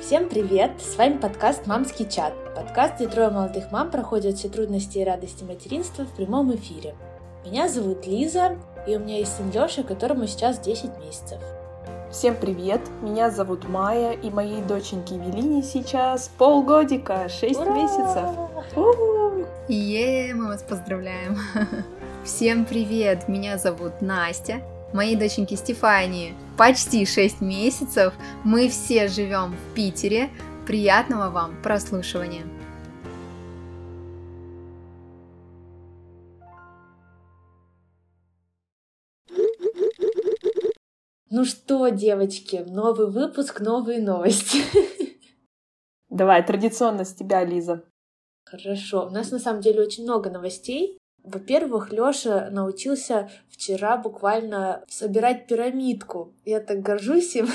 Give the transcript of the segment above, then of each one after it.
Всем привет! С вами подкаст «Мамский чат». Подкаст, где трое молодых мам проходят все трудности и радости материнства в прямом эфире. Меня зовут Лиза, и у меня есть сын Лёша, которому сейчас 10 месяцев. Всем привет! Меня зовут Майя, и моей доченьке Велине сейчас полгодика, 6 Ура! месяцев. Мы вас поздравляем! Всем привет! Меня зовут Настя. Моей доченьке Стефании почти 6 месяцев. Мы все живем в Питере. Приятного вам прослушивания! Ну что, девочки, новый выпуск, новые новости. Давай, традиционно с тебя, Лиза. Хорошо. У нас на самом деле очень много новостей. Во-первых, Лёша научился вчера буквально собирать пирамидку. Я так горжусь им.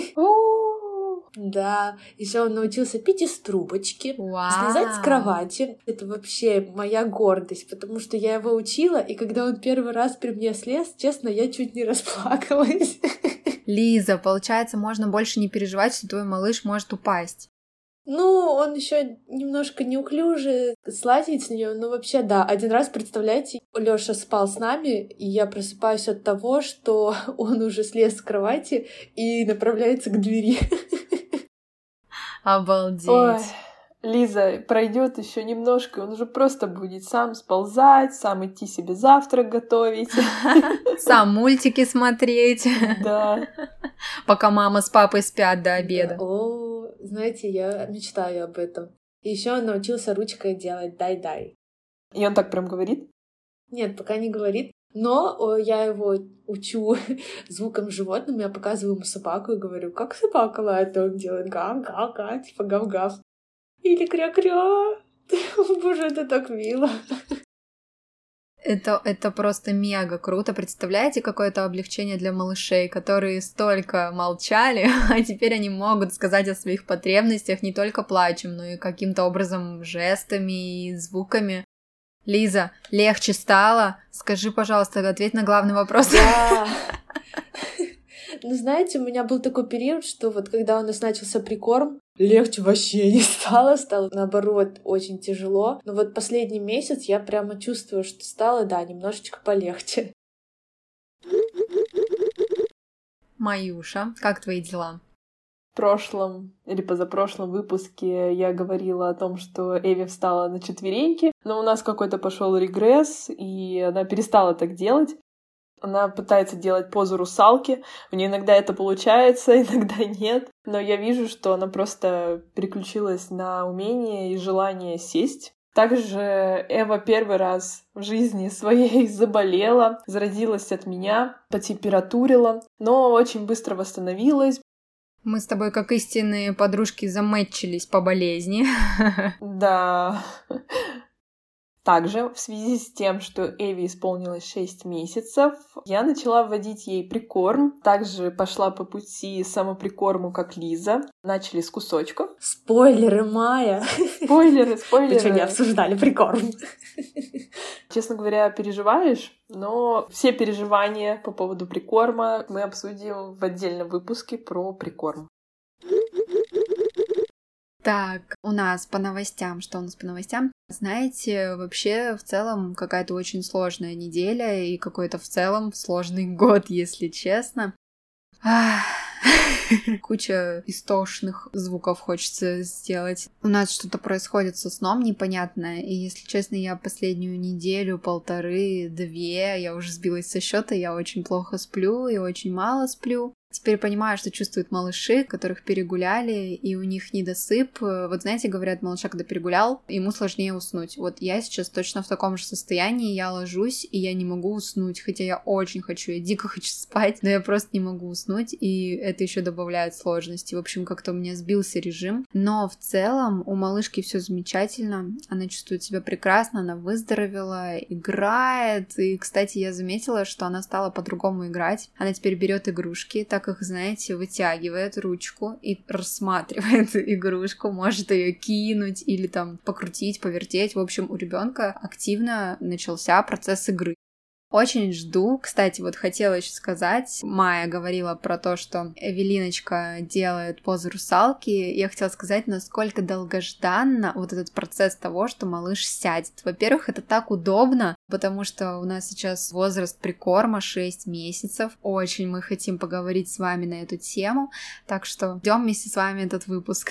Да, еще он научился пить из трубочки, слезать с кровати. Это вообще моя гордость, потому что я его учила, и когда он первый раз при мне слез, честно, я чуть не расплакалась. Лиза, получается, можно больше не переживать, что твой малыш может упасть. Ну, он еще немножко неуклюжий, слазить с нее, но вообще да. Один раз, представляете, Лёша спал с нами, и я просыпаюсь от того, что он уже слез с кровати и направляется к двери. Обалдеть. Ой, Лиза, пройдет еще немножко, он уже просто будет сам сползать, сам идти себе завтрак готовить. Сам мультики смотреть. Да. Пока мама с папой спят до обеда. О, знаете, я мечтаю об этом. И еще он научился ручкой делать дай-дай. И он так прям говорит? Нет, пока не говорит. Но я его учу звуком животным, я показываю ему собаку и говорю, как собака лает, он делает гав-гав-гав, типа гав-гав. Или кря-кря. Боже, это так мило. Это просто мега круто. Представляете, какое-то облегчение для малышей, которые столько молчали, а теперь они могут сказать о своих потребностях не только плачем, но и каким-то образом жестами и звуками. Лиза, легче стало? Скажи, пожалуйста, ответь на главный вопрос. Да. Ну, знаете, у меня был такой период, что вот когда у нас начался прикорм, легче вообще не стало наоборот, очень тяжело. Но вот последний месяц я прямо чувствую, что стало, да, немножечко полегче. Маюша, как твои дела? В прошлом или позапрошлом выпуске я говорила о том, что Эви встала на четвереньки, но у нас какой-то пошел регресс, и она перестала так делать. Она пытается делать позу русалки. У нее иногда это получается, иногда нет. Но я вижу, что она просто переключилась на умение и желание сесть. Также Эва первый раз в жизни своей заболела, заразилась от меня, потемпературила, но очень быстро восстановилась. Мы с тобой, как истинные подружки, замэтчились по болезни. Да. Также в связи с тем, что Эви исполнилось 6 месяцев, я начала вводить ей прикорм. Также пошла по пути самоприкорму, как Лиза. Начали с кусочков. Спойлеры, Майя! Спойлеры! Вы что, не обсуждали прикорм? Честно говоря, переживаешь, но все переживания по поводу прикорма мы обсудим в отдельном выпуске про прикорм. Так, у нас по новостям. Что у нас по новостям? Знаете, вообще в целом какая-то очень сложная неделя и какой-то в целом сложный год, если честно. Куча истошных звуков хочется сделать. У нас что-то происходит со сном непонятное, и, если честно, я последнюю неделю, полторы, две, я уже сбилась со счета, я очень плохо сплю и очень мало сплю. Теперь понимаю, что чувствуют малыши, которых перегуляли, и у них недосып. Вот знаете, говорят, малыша, когда перегулял, ему сложнее уснуть. Вот я сейчас точно в таком же состоянии, я ложусь, и я не могу уснуть, хотя я очень хочу, я дико хочу спать, но я просто не могу уснуть, и это еще добавляет сложности. В общем, как-то у меня сбился режим. Но в целом у малышки все замечательно, она чувствует себя прекрасно, она выздоровела, играет, и, кстати, я заметила, что она стала по-другому играть. Она теперь берет игрушки, так их, знаете, вытягивает ручку и рассматривает игрушку, может ее кинуть или там покрутить, повертеть. В общем, у ребенка активно начался процесс игры. Очень жду. Кстати, вот хотела еще сказать, Майя говорила про то, что Эвелиночка делает позу русалки. Я хотела сказать, насколько долгожданно вот этот процесс того, что малыш сядет. Во-первых, это так удобно, потому что у нас сейчас возраст прикорма 6 месяцев. Очень мы хотим поговорить с вами на эту тему, так что ждем вместе с вами этот выпуск.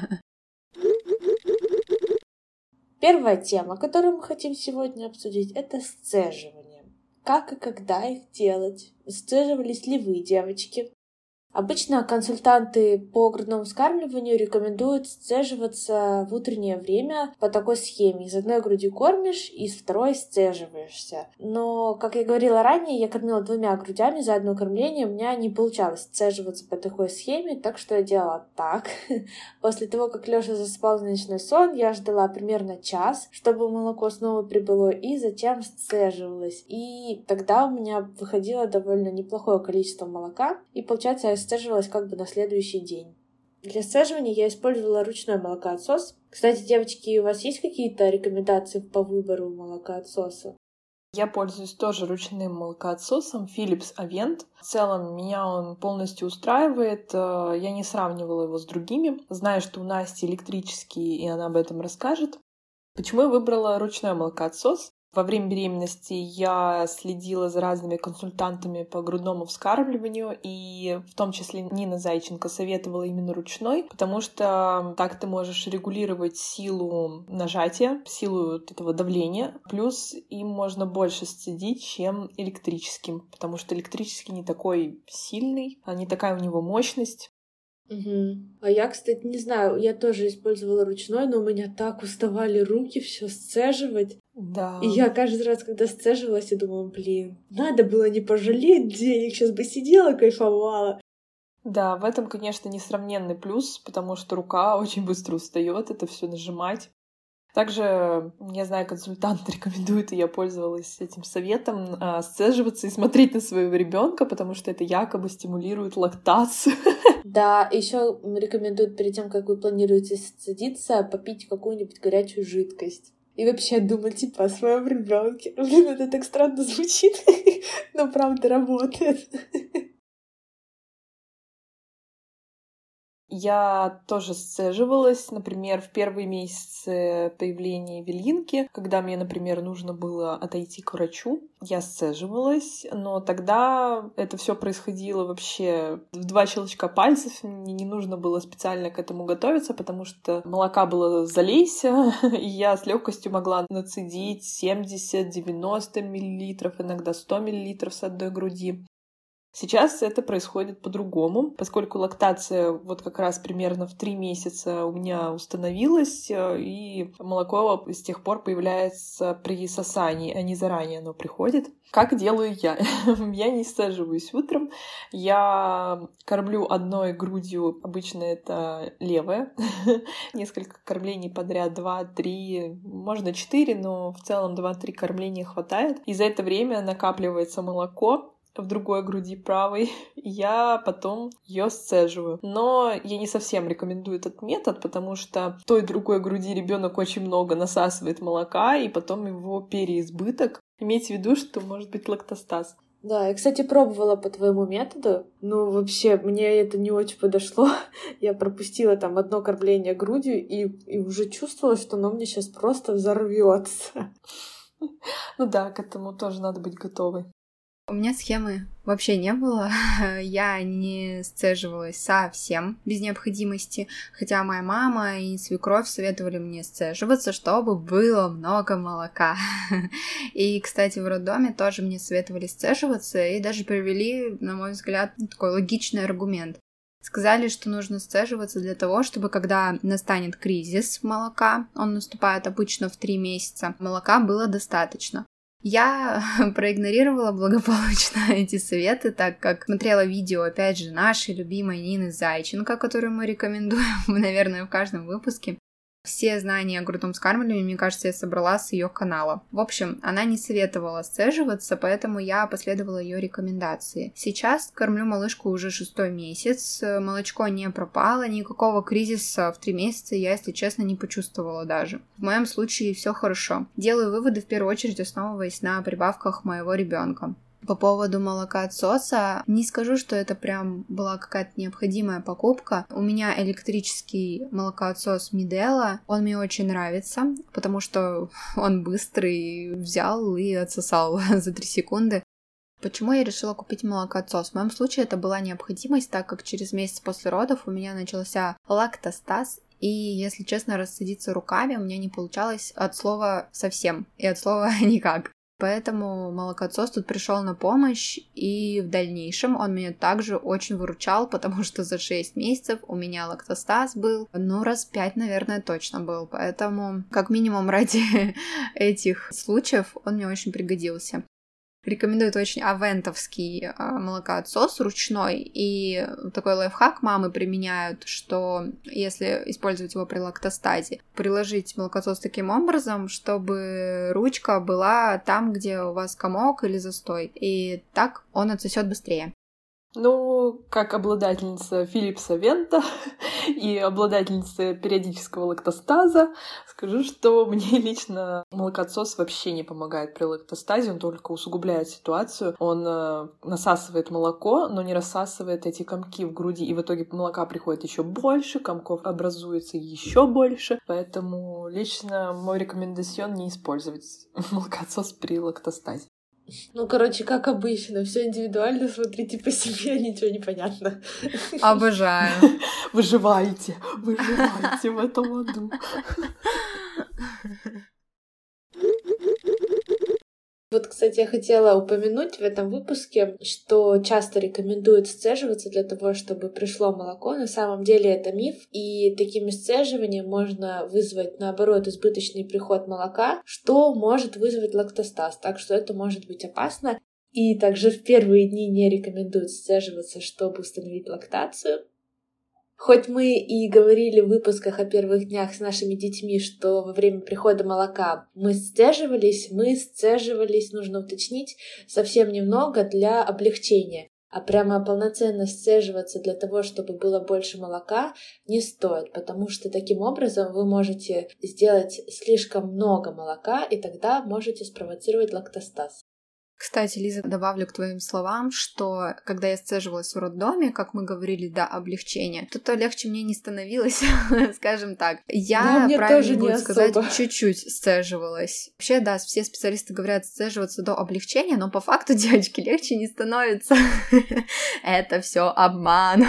Первая тема, которую мы хотим сегодня обсудить, это сцеживание. Как и когда их делать? Сцеживались ли вы, девочки? Обычно консультанты по грудному вскармливанию рекомендуют сцеживаться в утреннее время по такой схеме. Из одной груди кормишь, из второй сцеживаешься. Но, как я говорила ранее, я кормила 2 грудями за одно кормление, у меня не получалось сцеживаться по такой схеме, так что я делала так. После того, как Лёша засыпал в ночной сон, я ждала примерно час, чтобы молоко снова прибыло, и затем сцеживалась. И тогда у меня выходило довольно неплохое количество молока, и, получается, я сцеживалась как бы на следующий день. Для сцеживания я использовала ручной молокоотсос. Кстати, девочки, у вас есть какие-то рекомендации по выбору молокоотсоса? Я пользуюсь тоже ручным молокоотсосом Philips Avent. В целом, меня он полностью устраивает. Я не сравнивала его с другими. Знаю, что у Насти электрический, и она об этом расскажет. Почему я выбрала ручной молокоотсос? Во время беременности я следила за разными консультантами по грудному вскармливанию, и в том числе Нина Зайченко советовала именно ручной, потому что так ты можешь регулировать силу нажатия, силу этого давления, плюс им можно больше сцедить, чем электрическим, потому что электрический не такой сильный, не такая у него мощность. Угу. А я, кстати, не знаю, я тоже использовала ручной, но у меня так уставали руки все сцеживать. Да. И я каждый раз, когда сцеживалась, я думала, надо было не пожалеть денег, сейчас бы сидела, кайфовала. Да, в этом, конечно, несравненный плюс, потому что рука очень быстро устает это все нажимать. Также, я знаю, консультант рекомендует, и я пользовалась этим советом, сцеживаться и смотреть на своего ребенка, потому что это якобы стимулирует лактацию. Да, еще рекомендуют перед тем, как вы планируете сцедиться, попить какую-нибудь горячую жидкость. И вообще думать, о своем ребенке. Это так странно звучит, но правда работает. Я тоже сцеживалась, например, в первые месяцы появления Эвелинки, когда мне, например, нужно было отойти к врачу, я сцеживалась, но тогда это все происходило вообще в 2 щелчка пальцев, мне не нужно было специально к этому готовиться, потому что молока было залейся, и я с легкостью могла нацедить 70-90 миллилитров, иногда 100 миллилитров с одной груди. Сейчас это происходит по-другому, поскольку лактация вот как раз примерно в 3 месяца у меня установилась, и молоко с тех пор появляется при сосании, а не заранее оно приходит. Как делаю я? Я не сцеживаюсь утром, я кормлю одной грудью, обычно это левая, несколько кормлений подряд, 2-3, можно 4, но в целом 2-3 кормления хватает. И за это время накапливается молоко в другой груди правой, я потом ее сцеживаю. Но я не совсем рекомендую этот метод, потому что в той и другой груди ребенок очень много насасывает молока, и потом его переизбыток. Имейте в виду, что может быть лактостаз. Да, я, кстати, пробовала по твоему методу, но вообще мне это не очень подошло. Я пропустила там одно кормление грудью и уже чувствовала, что оно мне сейчас просто взорвется. Ну да, к этому тоже надо быть готовой. У меня схемы вообще не было, я не сцеживалась совсем без необходимости, хотя моя мама и свекровь советовали мне сцеживаться, чтобы было много молока. И, кстати, в роддоме тоже мне советовали сцеживаться и даже привели, на мой взгляд, такой логичный аргумент. Сказали, что нужно сцеживаться для того, чтобы когда настанет кризис молока, он наступает обычно в 3 месяца, молока было достаточно. Я проигнорировала благополучно эти советы, так как смотрела видео, опять же, нашей любимой Нины Зайченко, которую мы рекомендуем, наверное, в каждом выпуске. Все знания о грудном вскармливании, мне кажется, я собрала с ее канала. В общем, она не советовала сцеживаться, поэтому я последовала ее рекомендации. Сейчас кормлю малышку уже 6-й месяц, молочко не пропало, никакого кризиса в 3 месяца я, если честно, не почувствовала даже. В моем случае все хорошо. Делаю выводы в первую очередь, основываясь на прибавках моего ребенка. По поводу молокоотсоса, не скажу, что это прям была какая-то необходимая покупка. У меня электрический молокоотсос Медела, он мне очень нравится, потому что он быстрый, взял и отсосал за 3 секунды. Почему я решила купить молокоотсос? В моем случае это была необходимость, так как через месяц после родов у меня начался лактостаз, и, если честно, рассадиться руками у меня не получалось от слова совсем и от слова никак. Поэтому молокоотсос тут пришел на помощь, и в дальнейшем он меня также очень выручал, потому что за 6 месяцев у меня лактостаз был, раз 5, наверное, точно был. Поэтому, как минимум, ради этих случаев он мне очень пригодился. Рекомендуют очень авентовский молокоотсос ручной, и такой лайфхак мамы применяют, что если использовать его при лактостазе, приложить молокоотсос таким образом, чтобы ручка была там, где у вас комок или застой, и так он отсосет быстрее. Как обладательница Philips Aventa и обладательница периодического лактостаза, скажу, что мне лично молокоотсос вообще не помогает при лактостазе, он только усугубляет ситуацию. Он насасывает молоко, но не рассасывает эти комки в груди, и в итоге молока приходит еще больше, комков образуется еще больше, поэтому лично мой рекомендацион не использовать молокоотсос при лактостазе. Как обычно, все индивидуально, смотрите по себе, ничего не понятно. Обожаю. Выживайте в этом аду. Кстати, я хотела упомянуть в этом выпуске, что часто рекомендуют сцеживаться для того, чтобы пришло молоко. На самом деле это миф, и такими сцеживаниями можно вызвать, наоборот, избыточный приход молока, что может вызвать лактостаз, так что это может быть опасно. И также в первые дни не рекомендуют сцеживаться, чтобы установить лактацию. Хоть мы и говорили в выпусках о первых днях с нашими детьми, что во время прихода молока мы сцеживались, нужно уточнить, совсем немного для облегчения. А прямо полноценно сцеживаться для того, чтобы было больше молока, не стоит, потому что таким образом вы можете сделать слишком много молока, и тогда можете спровоцировать лактостаз. Кстати, Лиза, добавлю к твоим словам, что когда я сцеживалась в роддоме, как мы говорили, до облегчения, то легче мне не становилось, скажем так. Я, правильно будет сказать, чуть-чуть сцеживалась. Вообще, да, все специалисты говорят сцеживаться до облегчения, но по факту, девочки, легче не становится. Это все обман.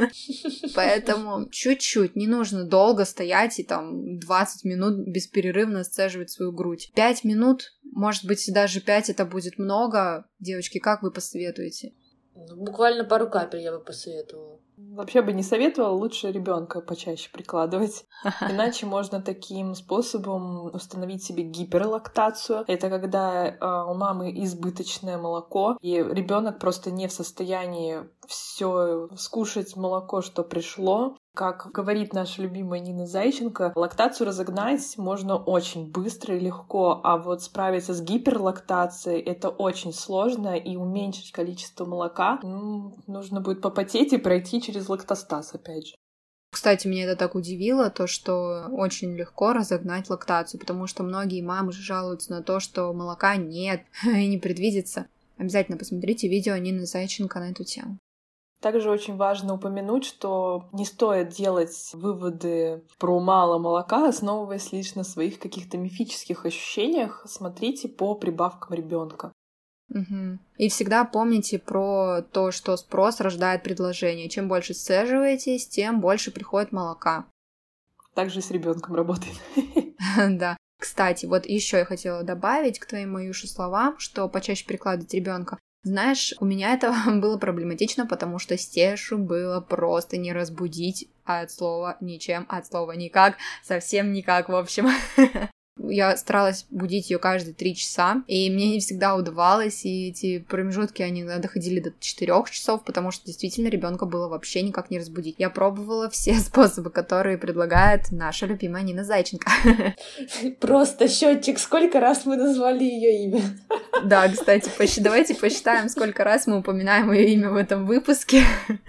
Поэтому чуть-чуть, не нужно долго стоять и 20 минут бесперерывно сцеживать свою грудь. 5 минут, может быть, даже 5 это будет много. Девочки, как вы посоветуете? Буквально пару капель я бы посоветовала. Вообще бы не советовала, лучше ребенка почаще прикладывать. Иначе можно таким способом установить себе гиперлактацию. Это когда у мамы избыточное молоко, и ребенок просто не в состоянии все скушать молоко, что пришло. Как говорит наша любимая Нина Зайченко, лактацию разогнать можно очень быстро и легко, а вот справиться с гиперлактацией — это очень сложно, и уменьшить количество молока нужно будет попотеть и пройти через лактостаз, опять же. Кстати, меня это так удивило, то, что очень легко разогнать лактацию, потому что многие мамы же жалуются на то, что молока нет и не предвидится. Обязательно посмотрите видео Нины Зайченко на эту тему. Также очень важно упомянуть, что не стоит делать выводы про мало молока, основываясь лишь на своих каких-то мифических ощущениях. Смотрите по прибавкам ребенка. Угу. И всегда помните про то, что спрос рождает предложение. Чем больше сцеживаетесь, тем больше приходит молока. Также с ребенком работает. Да. Кстати, вот еще я хотела добавить к твоим Маюши словам, что почаще перекладывать ребенка. Знаешь, у меня это было проблематично, потому что Стешу было просто не разбудить от слова ничем, от слова никак, совсем никак, в общем. Я старалась будить ее каждые 3 часа, и мне не всегда удавалось, и эти промежутки, они доходили до 4 часов, потому что действительно ребенка было вообще никак не разбудить. Я пробовала все способы, которые предлагает наша любимая Нина Зайченко. Просто счетчик, сколько раз мы назвали ее имя. Да, кстати, давайте посчитаем, сколько раз мы упоминаем ее имя в этом выпуске.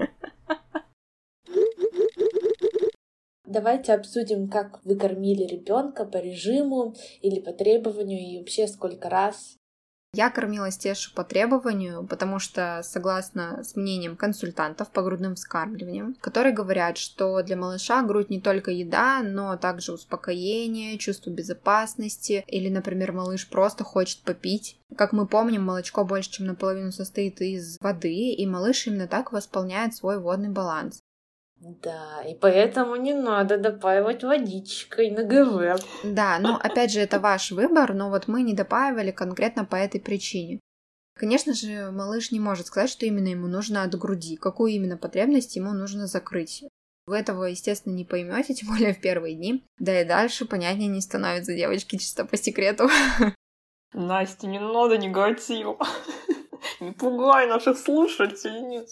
Давайте обсудим, как вы кормили ребенка по режиму или по требованию, и вообще сколько раз. Я кормила Стешу по требованию, потому что, согласно с мнением консультантов по грудным вскармливаниям, которые говорят, что для малыша грудь не только еда, но также успокоение, чувство безопасности, или, например, малыш просто хочет попить. Как мы помним, молочко больше чем наполовину состоит из воды, и малыш именно так восполняет свой водный баланс. Да, и поэтому не надо допаивать водичкой на ГВ. Да, ну опять же, это ваш выбор, но вот мы не допаивали конкретно по этой причине. Конечно же, малыш не может сказать, что именно ему нужно от груди, какую именно потребность ему нужно закрыть. Вы этого, естественно, не поймете, тем более в первые дни. Да и дальше понятнее не становится, девочки, чисто по секрету. Настя, не надо негатива. Не пугай наших слушательниц.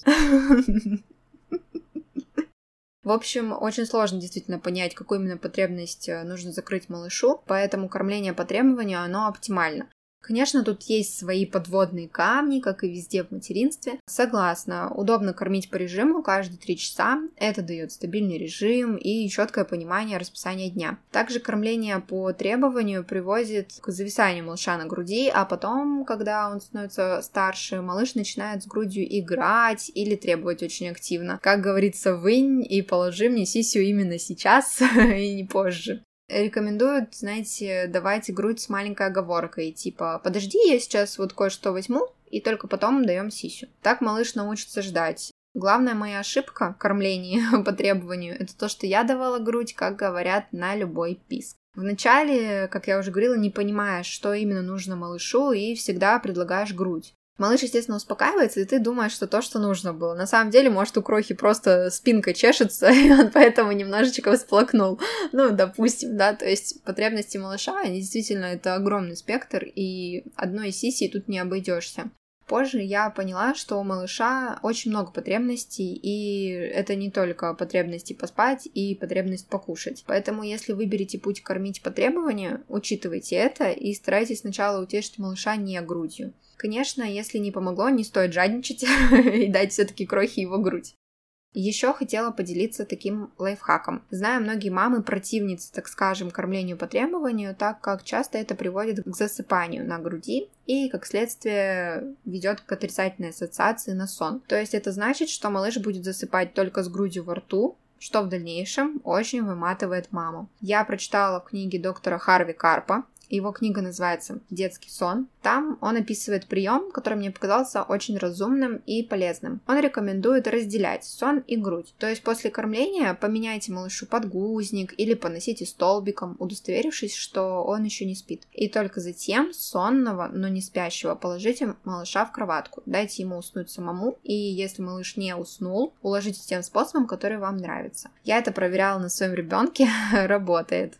В общем, очень сложно действительно понять, какую именно потребность нужно закрыть малышу, поэтому кормление по требованию, оно оптимально. Конечно, тут есть свои подводные камни, как и везде в материнстве. Согласна, удобно кормить по режиму каждые 3 часа. Это дает стабильный режим и четкое понимание расписания дня. Также кормление по требованию приводит к зависанию малыша на груди, а потом, когда он становится старше, малыш начинает с грудью играть или требовать очень активно. Как говорится, вынь и положи мне сисю именно сейчас и не позже. Рекомендуют, знаете, давать грудь с маленькой оговоркой, типа «подожди, я сейчас вот кое-что возьму, и только потом даем сисю». Так малыш научится ждать. Главная моя ошибка в кормлении по требованию – это то, что я давала грудь, как говорят, на любой писк. Вначале, как я уже говорила, не понимаешь, что именно нужно малышу, и всегда предлагаешь грудь. Малыш, естественно, успокаивается, и ты думаешь, что то, что нужно было. На самом деле, может, у крохи просто спинка чешется, и он поэтому немножечко всплакнул. Ну, допустим, да, то есть потребности малыша, они действительно, это огромный спектр, и одной сисей тут не обойдешься. Позже я поняла, что у малыша очень много потребностей, и это не только потребности поспать и потребность покушать. Поэтому, если выберете путь кормить по требованию, учитывайте это и старайтесь сначала утешить малыша не грудью. Конечно, если не помогло, не стоит жадничать и дать все-таки крохи его грудь. Еще хотела поделиться таким лайфхаком. Знаю, многие мамы противницы, так скажем, кормлению по требованию, так как часто это приводит к засыпанию на груди и, как следствие, ведет к отрицательной ассоциации на сон. То есть это значит, что малыш будет засыпать только с грудью во рту, что в дальнейшем очень выматывает маму. Я прочитала в книге доктора Харви Карпа. Его книга называется «Детский сон». Там он описывает прием, который мне показался очень разумным и полезным. Он рекомендует разделять сон и грудь. То есть после кормления поменяйте малышу подгузник или поносите столбиком, удостоверившись, что он еще не спит. И только затем сонного, но не спящего положите малыша в кроватку. Дайте ему уснуть самому, и если малыш не уснул, уложите тем способом, который вам нравится. Я это проверяла на своем ребенке, работает.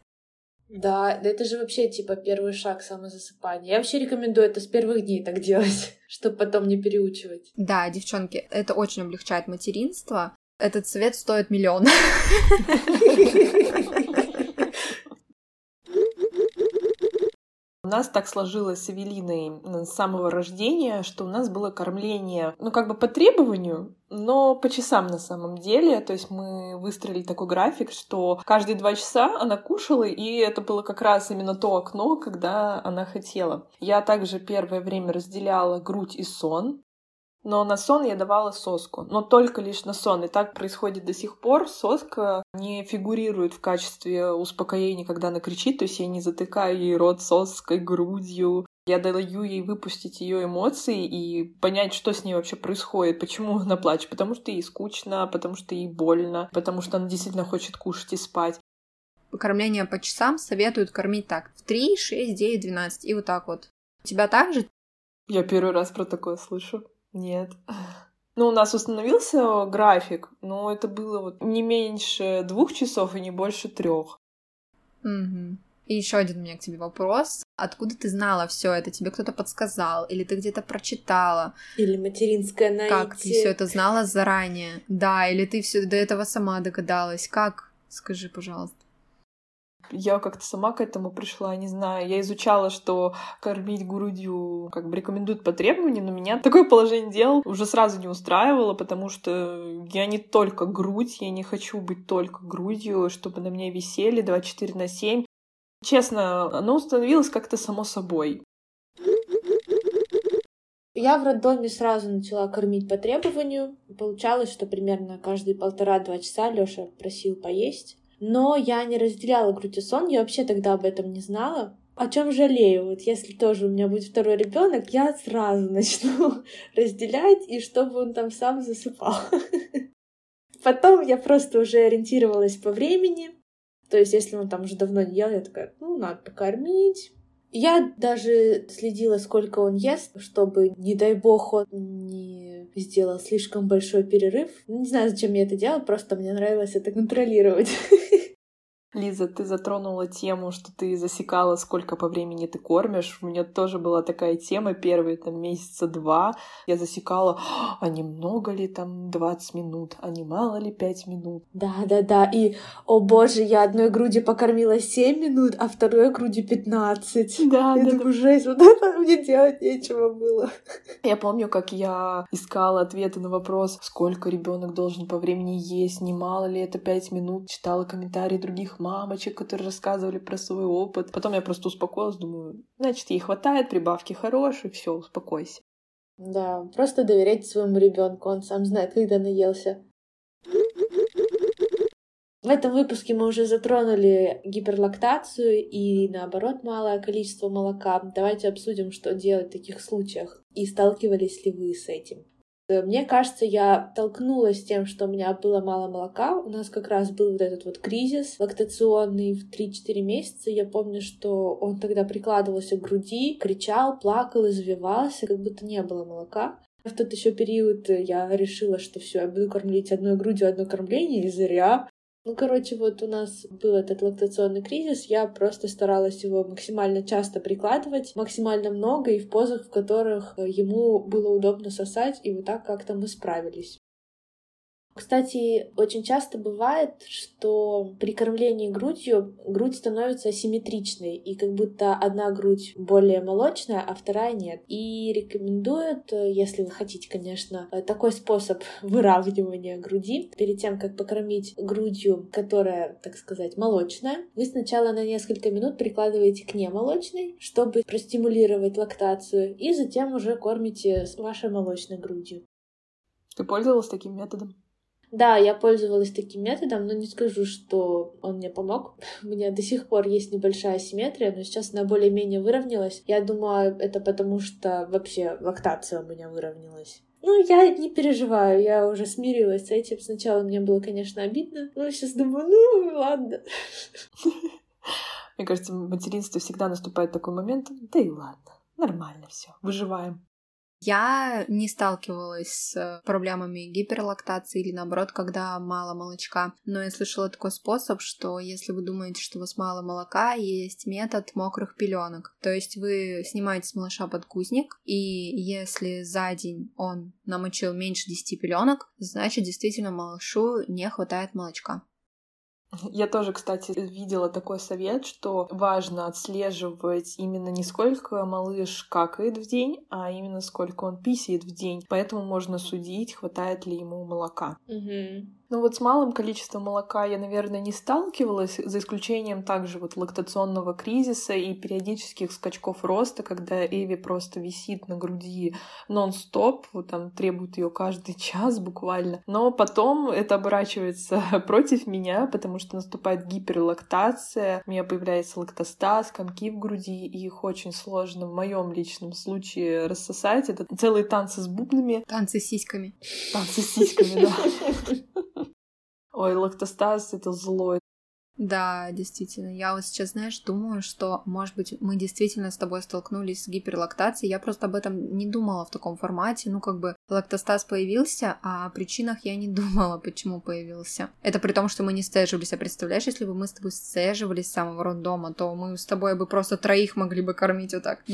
Да, это же вообще типа первый шаг самозасыпания. Я вообще рекомендую это с первых дней так делать, чтобы потом не переучивать. Да, девчонки, это очень облегчает материнство. Этот совет стоит 1 000 000. У нас так сложилось с Эвелиной с самого рождения, что у нас было кормление, по требованию, но по часам на самом деле. То есть мы выстроили такой график, что каждые 2 часа она кушала, и это было как раз именно то окно, когда она хотела. Я также первое время разделяла грудь и сон. Но на сон я давала соску, но только лишь на сон. И так происходит до сих пор. Соска не фигурирует в качестве успокоения, когда она кричит. То есть я не затыкаю ей рот соской, грудью. Я даю ей выпустить ее эмоции и понять, что с ней вообще происходит, почему она плачет. Потому что ей скучно, потому что ей больно, потому что она действительно хочет кушать и спать. Кормление по часам советуют кормить так. В 3, 6, 9, 12. И вот так вот. У тебя так же? Я первый раз про такое слышу. Нет. У нас установился график, но это было не меньше 2 часов и не больше 3. Угу. И еще один у меня к тебе вопрос. Откуда ты знала все это? Тебе кто-то подсказал? Или ты где-то прочитала? Или материнское наитие. Как ты все это знала заранее? Да, или ты все до этого сама догадалась? Как? Скажи, пожалуйста. Я как-то сама к этому пришла, не знаю. Я изучала, что кормить грудью как бы рекомендуют по требованию, но меня такое положение дел уже сразу не устраивало, потому что я не только грудь, я не хочу быть только грудью, чтобы на мне висели 24/7. Честно, оно установилось как-то само собой. Я в роддоме сразу начала кормить по требованию. Получалось, что примерно каждые 1,5-2 часа Лёша просил поесть. Но я не разделяла грудь и сон, я вообще тогда об этом не знала. О чем жалею? Вот если тоже у меня будет второй ребенок, я сразу начну разделять, и чтобы он там сам засыпал. Потом я просто уже ориентировалась по времени. То есть, если он там уже давно не ел, я такая, надо покормить. Я даже следила, сколько он ест, чтобы, не дай бог, он не сделал слишком большой перерыв. Не знаю, зачем я это делала, просто мне нравилось это контролировать. Lisa, ты затронула тему, что ты засекала, сколько по времени ты кормишь. У меня тоже была такая тема, первые там месяца 2. Я засекала, а не много ли там 20 минут, а не мало ли 5 минут. Да. И, о боже, я одной грудью покормила 7 минут, а второй грудью 15. Да. думаю, жесть, вот это мне делать нечего было. Я помню, как я искала ответы на вопрос, сколько ребенок должен по времени есть, не мало ли это 5 минут. Читала комментарии других мамочек, которые рассказывали про свой опыт. Потом я просто успокоилась, думаю, значит, ей хватает, прибавки хорошие, все, успокойся. Да, просто доверяйте своему ребенку, он сам знает, когда наелся. В этом выпуске мы уже затронули гиперлактацию и, наоборот, малое количество молока. Давайте обсудим, что делать в таких случаях. И сталкивались ли вы с этим? Мне кажется, я столкнулась с тем, что у меня было мало молока. У нас как раз был вот этот вот кризис лактационный в 3-4 месяца. Я помню, что он тогда прикладывался к груди, кричал, плакал, извивался, как будто не было молока. В тот еще период я решила, что все, я буду кормить одной грудью, одно кормление, и зря. Вот у нас был этот лактационный кризис, я просто старалась его максимально часто прикладывать, максимально много и в позах, в которых ему было удобно сосать, и вот так как-то мы справились. Кстати, очень часто бывает, что при кормлении грудью грудь становится асимметричной, и как будто одна грудь более молочная, а вторая нет. И рекомендуют, если вы хотите, конечно, такой способ выравнивания груди. Перед тем, как покормить грудью, которая, так сказать, молочная, вы сначала на несколько минут прикладываете к немолочной, чтобы простимулировать лактацию, и затем уже кормите вашей молочной грудью. Ты пользовалась таким методом? Да, я пользовалась таким методом, но не скажу, что он мне помог. У меня до сих пор есть небольшая асимметрия, но сейчас она более-менее выровнялась. Я думаю, это потому, что вообще лактация у меня выровнялась. Я не переживаю, я уже смирилась с этим. Сначала мне было, конечно, обидно, но сейчас думаю, ладно. Мне кажется, в материнстве всегда наступает такой момент, да и ладно, нормально все, выживаем. Я не сталкивалась с проблемами гиперлактации или наоборот, когда мало молочка. Но я слышала такой способ, что если вы думаете, что у вас мало молока, есть метод мокрых пеленок. То есть вы снимаете с малыша подгузник, и если за день он намочил меньше 10 пеленок, значит действительно малышу не хватает молочка. Я тоже, кстати, видела такой совет, что важно отслеживать именно не сколько малыш какает в день, а именно сколько он писает в день. Поэтому можно судить, хватает ли ему молока. С малым количеством молока я, наверное, не сталкивалась, за исключением также лактационного кризиса и периодических скачков роста, когда Эви просто висит на груди нон-стоп, там требует ее каждый час буквально. Но потом это оборачивается против меня, потому что наступает гиперлактация, у меня появляется лактостаз, комки в груди, и их очень сложно в моем личном случае рассосать. Это целые танцы с бубнами. Танцы с сиськами. Танцы с сиськами, да. Ой, лактостаз — это зло. Да, действительно. Я вот сейчас, знаешь, думаю, что, может быть, мы действительно с тобой столкнулись с гиперлактацией. Я просто об этом не думала в таком формате. Ну, как бы лактостаз появился, а о причинах я не думала, почему появился. Это при том, что мы не сцеживались. А представляешь, если бы мы с тобой сцеживались с самого роддома, то мы с тобой бы просто троих могли бы кормить вот так.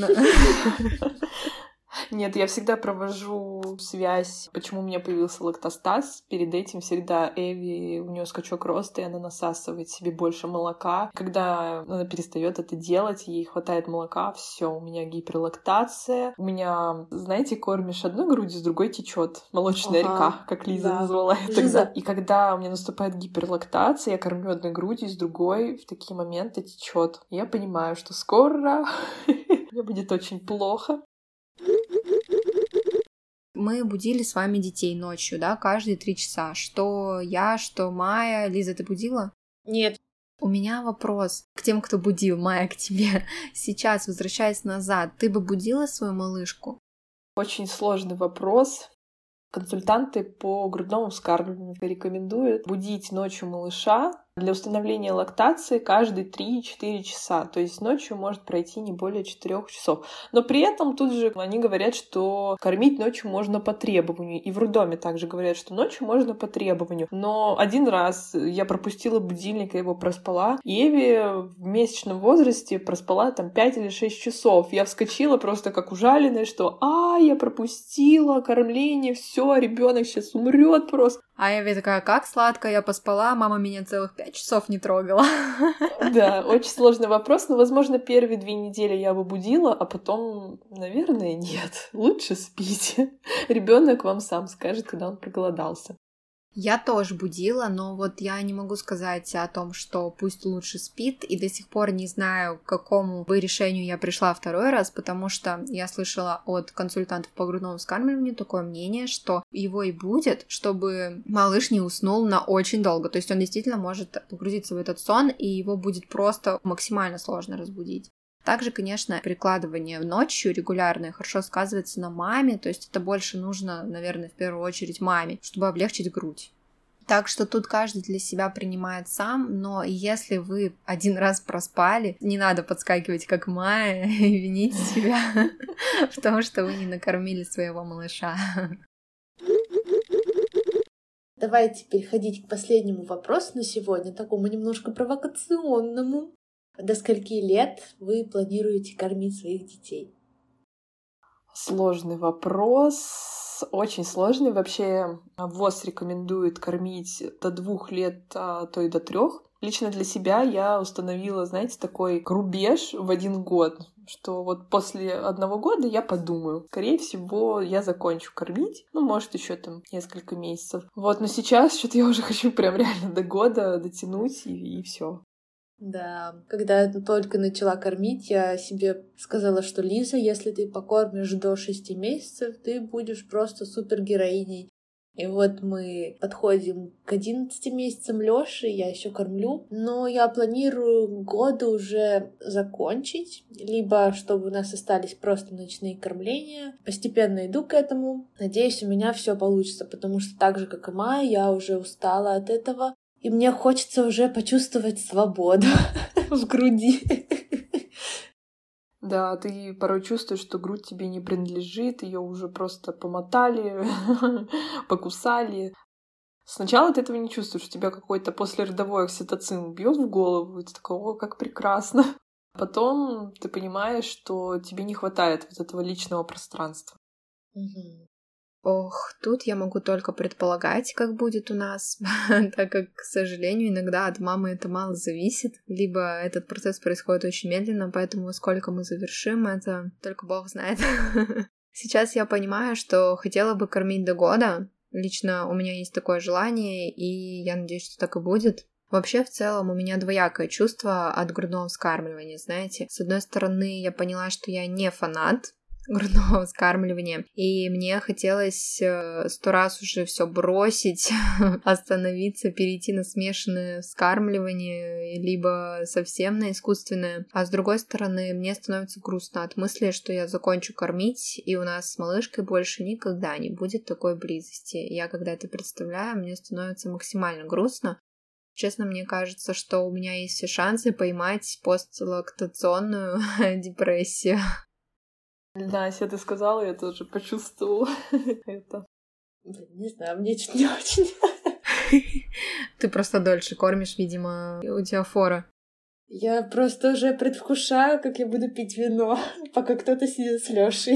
Нет, я всегда провожу связь, почему у меня появился лактостаз. Перед этим всегда Эви, у нее скачок роста, и она насасывает себе больше молока. Когда она перестает это делать, ей хватает молока, все, у меня гиперлактация. У меня, знаете, кормишь одной грудью, с другой течет молочная река, как Лиза назвала это тогда. И когда у меня наступает гиперлактация, я кормлю одной грудью, с другой в такие моменты течет. Я понимаю, что скоро мне будет очень плохо. Мы будили с вами детей ночью, да, каждые 3 часа. Что я, что Майя. Лиза, ты будила? Нет. У меня вопрос к тем, кто будил. Майя, к тебе. Сейчас, возвращаясь назад, ты бы будила свою малышку? Очень сложный вопрос. Консультанты по грудному вскармливанию рекомендуют будить ночью малыша для установления лактации каждые 3-4 часа. То есть ночью может пройти не более 4 часов. Но при этом тут же они говорят, что кормить ночью можно по требованию. И в роддоме также говорят, что ночью можно по требованию. Но один раз я пропустила будильник, я его проспала. И Эви в месячном возрасте проспала там 5 или 6 часов. Я вскочила просто как ужаленная, что я пропустила кормление, все, ребенок сейчас умрет просто. А Эви такая, как сладко, я поспала, мама меня целых 5 часов не трогала. Да, очень сложный вопрос, но, возможно, первые 2 недели я его будила, а потом, наверное, нет. Лучше спите. Ребенок вам сам скажет, когда он проголодался. Я тоже будила, но вот я не могу сказать о том, что пусть лучше спит, и до сих пор не знаю, к какому бы решению я пришла второй раз, потому что я слышала от консультантов по грудному вскармливанию такое мнение, что его и будет, чтобы малыш не уснул на очень долго, то есть он действительно может погрузиться в этот сон, и его будет просто максимально сложно разбудить. Также, конечно, прикладывание ночью регулярное хорошо сказывается на маме, то есть это больше нужно, наверное, в первую очередь маме, чтобы облегчить грудь. Так что тут каждый для себя принимает сам, но если вы один раз проспали, не надо подскакивать как Майя и винить себя в том, что вы не накормили своего малыша. Давайте переходить к последнему вопросу на сегодня, такому немножко провокационному. До скольки лет вы планируете кормить своих детей? Сложный вопрос, очень сложный. Вообще ВОЗ рекомендует кормить до 2 лет, а то и до 3. Лично для себя я установила, знаете, такой рубеж в 1 год, что вот после 1 года я подумаю. Скорее всего, я закончу кормить, может, еще там несколько месяцев. Вот, но сейчас что-то я уже хочу прям реально до года дотянуть и все. Да, когда я только начала кормить, я себе сказала, что Лиза, если ты покормишь до 6 месяцев, ты будешь просто супергероиней. И вот мы подходим к 11 месяцам Лёши, я еще кормлю, но я планирую годы уже закончить, либо чтобы у нас остались просто ночные кормления. Постепенно иду к этому. Надеюсь, у меня все получится, потому что так же, как и Майя, я уже устала от этого. И мне хочется уже почувствовать свободу в груди. Да, ты порой чувствуешь, что грудь тебе не принадлежит, ее уже просто помотали, покусали. Сначала ты этого не чувствуешь, у тебя какой-то послеродовой окситоцин бьет в голову, и ты такой, как прекрасно. Потом ты понимаешь, что тебе не хватает вот этого личного пространства. Ох, тут я могу только предполагать, как будет у нас, так как, к сожалению, иногда от мамы это мало зависит, либо этот процесс происходит очень медленно, поэтому сколько мы завершим, это только Бог знает. Сейчас я понимаю, что хотела бы кормить до года, лично у меня есть такое желание, и я надеюсь, что так и будет. Вообще, в целом, у меня двоякое чувство от грудного вскармливания, знаете. С одной стороны, я поняла, что я не фанат грудного вскармливания, и мне хотелось 100 раз уже все бросить, остановиться, перейти на смешанное вскармливание, либо совсем на искусственное. А с другой стороны, мне становится грустно от мысли, что я закончу кормить, и у нас с малышкой больше никогда не будет такой близости. Я когда это представляю, мне становится максимально грустно. Честно, мне кажется, что у меня есть все шансы поймать постлактационную депрессию. Настя, ты сказала, я тоже почувствовала это. Не знаю, мне чуть не очень. Ты просто дольше кормишь, видимо, у тебя фора. Я просто уже предвкушаю, как я буду пить вино, пока кто-то сидит с Лёшей.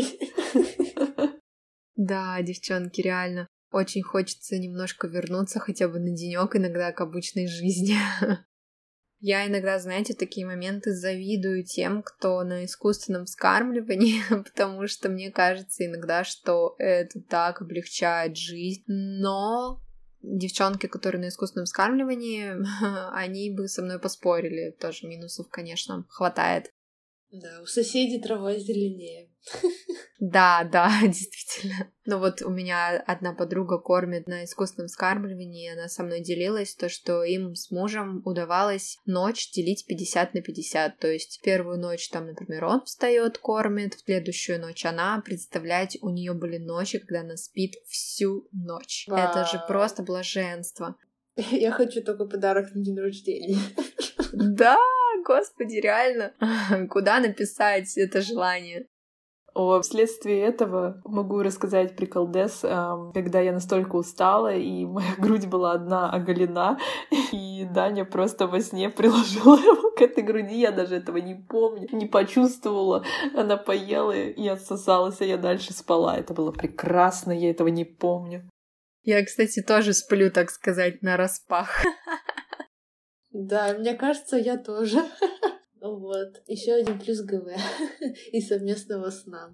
Да, девчонки, реально. Очень хочется немножко вернуться хотя бы на денёк иногда к обычной жизни. Я иногда, знаете, в такие моменты завидую тем, кто на искусственном вскармливании, потому что мне кажется иногда, что это так облегчает жизнь. Но девчонки, которые на искусственном вскармливании, они бы со мной поспорили. Тоже минусов, конечно, хватает. Да, у соседей трава зеленее. Да, действительно. Но вот у меня одна подруга кормит на искусственном вскармливании, и она со мной делилась, то, что им с мужем удавалось ночь делить 50/50. То есть первую ночь там, например, он встает, кормит, в следующую ночь она. Представляете, у нее были ночи, когда она спит всю ночь. Вау. Это же просто блаженство. Я хочу только подарок на день рождения. Да, господи, реально. Куда написать это желание? Вследствие этого могу рассказать приколдес, когда я настолько устала, и моя грудь была одна оголена, и Даня просто во сне приложила его к этой груди, я даже этого не помню, не почувствовала. Она поела и отсосалась, а я дальше спала. Это было прекрасно, я этого не помню. Я, кстати, тоже сплю, так сказать, нараспах. Да, мне кажется, я тоже. Вот. Еще один плюс ГВ и совместного сна.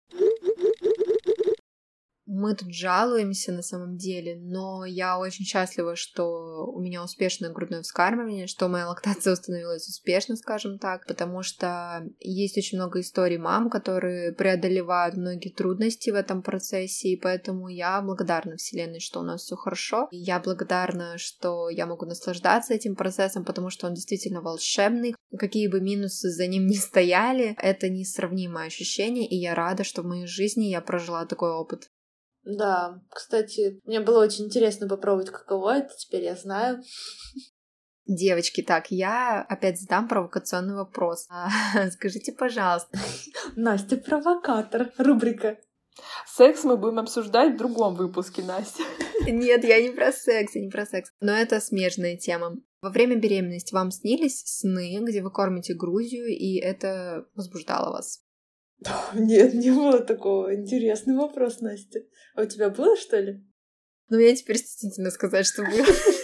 Мы тут жалуемся на самом деле, но я очень счастлива, что у меня успешное грудное вскармливание, что моя лактация установилась успешно, скажем так, потому что есть очень много историй мам, которые преодолевают многие трудности в этом процессе, и поэтому я благодарна Вселенной, что у нас все хорошо. И я благодарна, что я могу наслаждаться этим процессом, потому что он действительно волшебный. Какие бы минусы за ним ни стояли, это несравнимое ощущение, и я рада, что в моей жизни я прожила такой опыт. Да, кстати, мне было очень интересно попробовать, каково это, теперь я знаю. Девочки, так, я опять задам провокационный вопрос. Скажите, пожалуйста. Настя провокатор, рубрика. Секс мы будем обсуждать в другом выпуске, Настя. Нет, я не про секс, я не про секс. Но это смежная тема. Во время беременности вам снились сны, где вы кормите грудью, и это возбуждало вас? Нет, не было такого. Интересный вопрос, Настя. А у тебя было, что ли? Ну, я теперь стеснительно сказать, что было.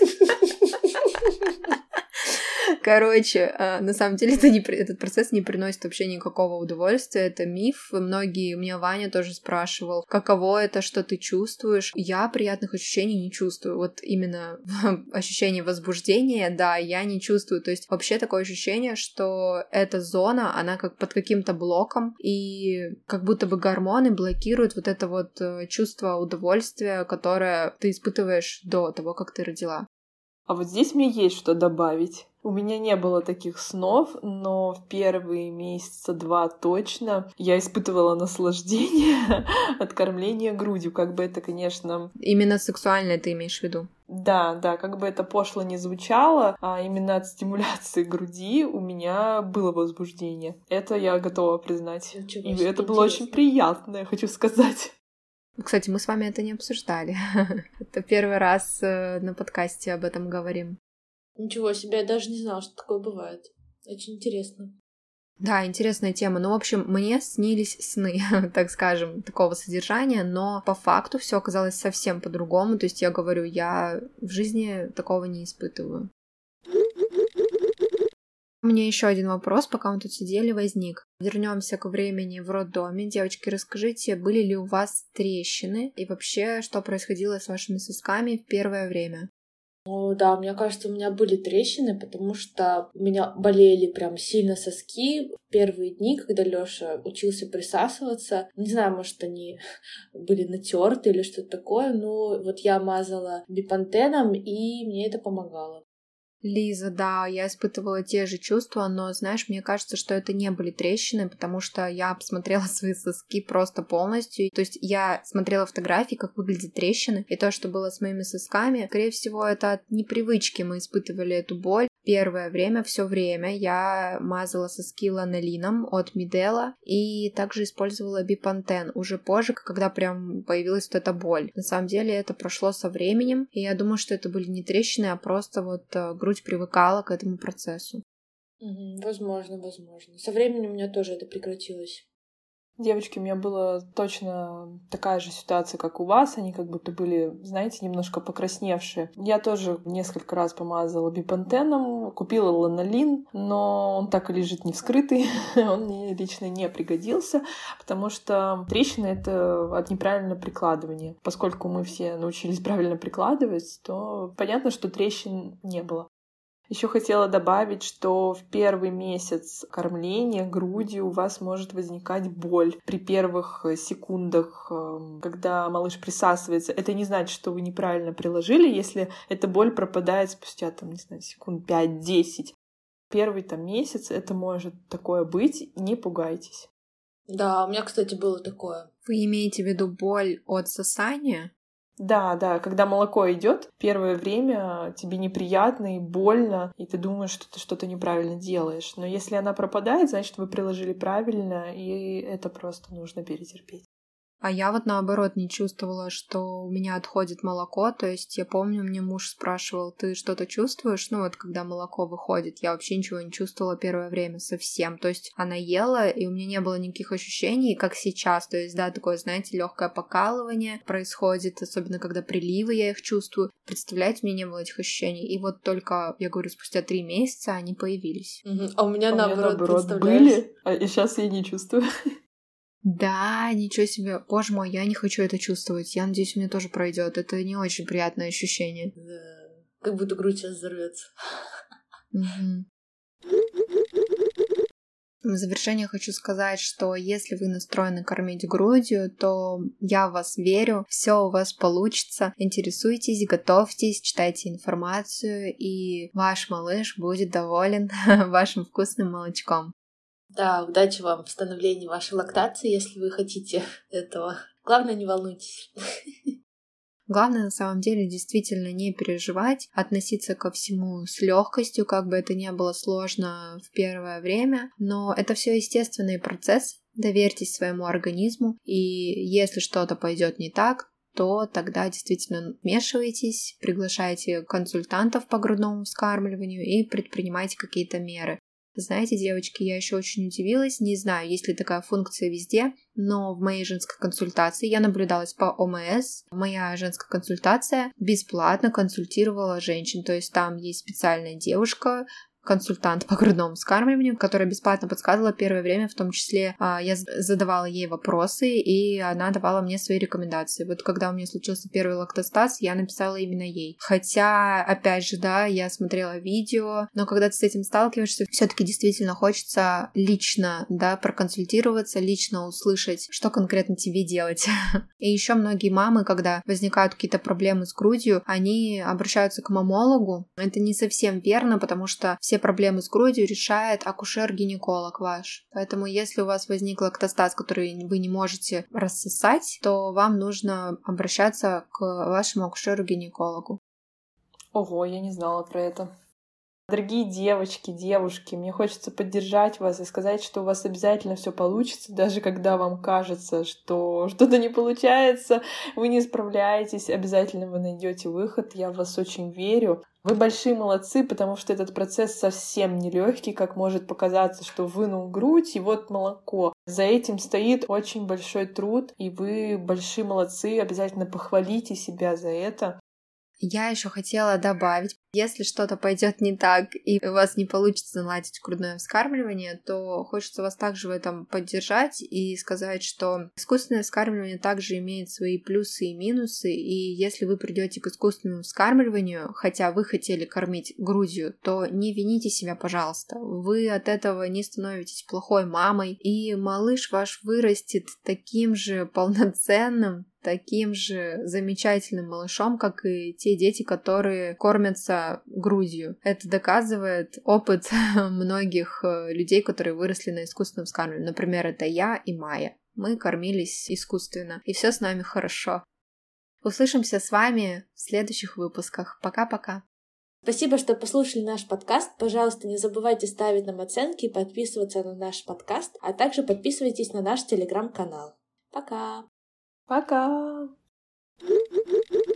Короче, на самом деле этот процесс не приносит вообще никакого удовольствия, это миф. Многие, у меня Ваня тоже спрашивал, каково это, что ты чувствуешь. Я приятных ощущений не чувствую. Вот именно ощущение возбуждения, да, я не чувствую. То есть вообще такое ощущение, что эта зона, она как под каким-то блоком, и как будто бы гормоны блокируют вот это вот чувство удовольствия, которое ты испытываешь до того, как ты родила. А вот здесь мне есть что добавить. У меня не было таких снов, но в первые месяца 2 точно я испытывала наслаждение от кормления грудью. Как бы это, конечно... Именно сексуальное ты имеешь в виду? Да, как бы это пошло не звучало, а именно от стимуляции груди у меня было возбуждение. Это я готова признать. И это было очень приятно, я хочу сказать. Кстати, мы с вами это не обсуждали. Это первый раз на подкасте об этом говорим. Ничего себе, я даже не знала, что такое бывает. Очень интересно. Да, интересная тема. Ну, в общем, мне снились сны, так скажем, такого содержания, но по факту все оказалось совсем по-другому. То есть я говорю, я в жизни такого не испытываю. У меня еще один вопрос, пока мы тут сидели, возник. Вернемся к времени в роддоме. Девочки, расскажите, были ли у вас трещины и вообще, что происходило с вашими сосками в первое время? Ну да, мне кажется, у меня были трещины, потому что у меня болели прям сильно соски в первые дни, когда Лёша учился присасываться. Не знаю, может, они были натерты или что-то такое, но вот я мазала бипантеном, и мне это помогало. Лиза, да, я испытывала те же чувства, но, знаешь, мне кажется, что это не были трещины, потому что я обсмотрела свои соски просто полностью. То есть я смотрела фотографии, как выглядят трещины, и то, что было с моими сосками, скорее всего, это от непривычки мы испытывали эту боль. Первое время, все время я мазала соски ланолином от Мидела и также использовала Бипантен уже позже, когда прям появилась вот эта боль. На самом деле это прошло со временем, и я думаю, что это были не трещины, а просто вот грудь привыкала к этому процессу. Возможно. Со временем у меня тоже это прекратилось. Девочки, у меня была точно такая же ситуация, как у вас. Они как будто были, знаете, немножко покрасневшие. Я тоже несколько раз помазала бипантеном, купила ланолин, но он так и лежит не вскрытый. Он мне лично не пригодился, потому что трещины — это от неправильного прикладывания. Поскольку мы все научились правильно прикладывать, то понятно, что трещин не было. Еще хотела добавить, что в первый месяц кормления грудью у вас может возникать боль при первых секундах, когда малыш присасывается. Это не значит, что вы неправильно приложили, если эта боль пропадает спустя, секунд 5-10. Первый месяц это может такое быть, не пугайтесь. Да, у меня, кстати, было такое. Вы имеете в виду боль от сосания? Да, когда молоко идет, первое время тебе неприятно и больно, и ты думаешь, что ты что-то неправильно делаешь. Но если она пропадает, значит, вы приложили правильно, и это просто нужно перетерпеть. А я вот наоборот не чувствовала, что у меня отходит молоко. То есть я помню, мне муж спрашивал: ты что-то чувствуешь? Ну вот когда молоко выходит, я вообще ничего не чувствовала первое время совсем. То есть она ела, и у меня не было никаких ощущений, как сейчас. То есть, да, такое, знаете, легкое покалывание происходит, особенно когда приливы, я их чувствую. Представляете, у меня не было этих ощущений. И вот только, я говорю, спустя 3 месяца они появились. А у меня наоборот были, и сейчас я не чувствую. Да, ничего себе. Боже мой, я не хочу это чувствовать. Я надеюсь, у меня тоже пройдет. Это не очень приятное ощущение. Да. Как будто грудь сейчас взорвется. В завершение хочу сказать, что если вы настроены кормить грудью, то я в вас верю, все у вас получится. Интересуйтесь, готовьтесь, читайте информацию, и ваш малыш будет доволен вашим вкусным молочком. Да, удачи вам в становлении вашей лактации, если вы хотите этого. Главное, не волнуйтесь. Главное, на самом деле, действительно не переживать, относиться ко всему с легкостью, как бы это ни было сложно в первое время, но это все естественный процесс. Доверьтесь своему организму, и если что-то пойдет не так, то тогда действительно вмешивайтесь, приглашайте консультантов по грудному вскармливанию и предпринимайте какие-то меры. Знаете, девочки, я еще очень удивилась, не знаю, есть ли такая функция везде, но в моей женской консультации я наблюдалась по ОМС. Моя женская консультация бесплатно консультировала женщин, то есть там есть специальная девушка, консультант по грудному вскармливанию, которая бесплатно подсказывала первое время, в том числе я задавала ей вопросы, и она давала мне свои рекомендации. Вот когда у меня случился первый лактостаз, я написала именно ей. Хотя, опять же, да, я смотрела видео, но когда ты с этим сталкиваешься, все-таки действительно хочется лично, да, проконсультироваться, лично услышать, что конкретно тебе делать. И еще многие мамы, когда возникают какие-то проблемы с грудью, они обращаются к мамологу. Это не совсем верно, потому что все проблемы с грудью решает акушер-гинеколог ваш. Поэтому если у вас возник лактостаз, который вы не можете рассосать, то вам нужно обращаться к вашему акушеру-гинекологу. Ого, я не знала про это. Дорогие девочки, девушки, мне хочется поддержать вас и сказать, что у вас обязательно все получится, даже когда вам кажется, что что-то не получается, вы не справляетесь, обязательно вы найдете выход. Я в вас очень верю. Вы большие молодцы, потому что этот процесс совсем нелегкий, как может показаться, что вынул грудь и вот молоко. За этим стоит очень большой труд, и вы большие молодцы, обязательно похвалите себя за это. Я еще хотела добавить, если что-то пойдет не так и у вас не получится наладить грудное вскармливание, то хочется вас также в этом поддержать и сказать, что искусственное вскармливание также имеет свои плюсы и минусы, и если вы придете к искусственному вскармливанию, хотя вы хотели кормить грудью, то не вините себя, пожалуйста. Вы от этого не становитесь плохой мамой, и малыш ваш вырастет таким же полноценным, таким же замечательным малышом, как и те дети, которые кормятся грудью. Это доказывает опыт многих людей, которые выросли на искусственном вскармливании. Например, это я и Майя. Мы кормились искусственно, и все с нами хорошо. Услышимся с вами в следующих выпусках. Пока-пока. Спасибо, что послушали наш подкаст. Пожалуйста, не забывайте ставить нам оценки и подписываться на наш подкаст, а также подписывайтесь на наш телеграм-канал. Пока! Пока!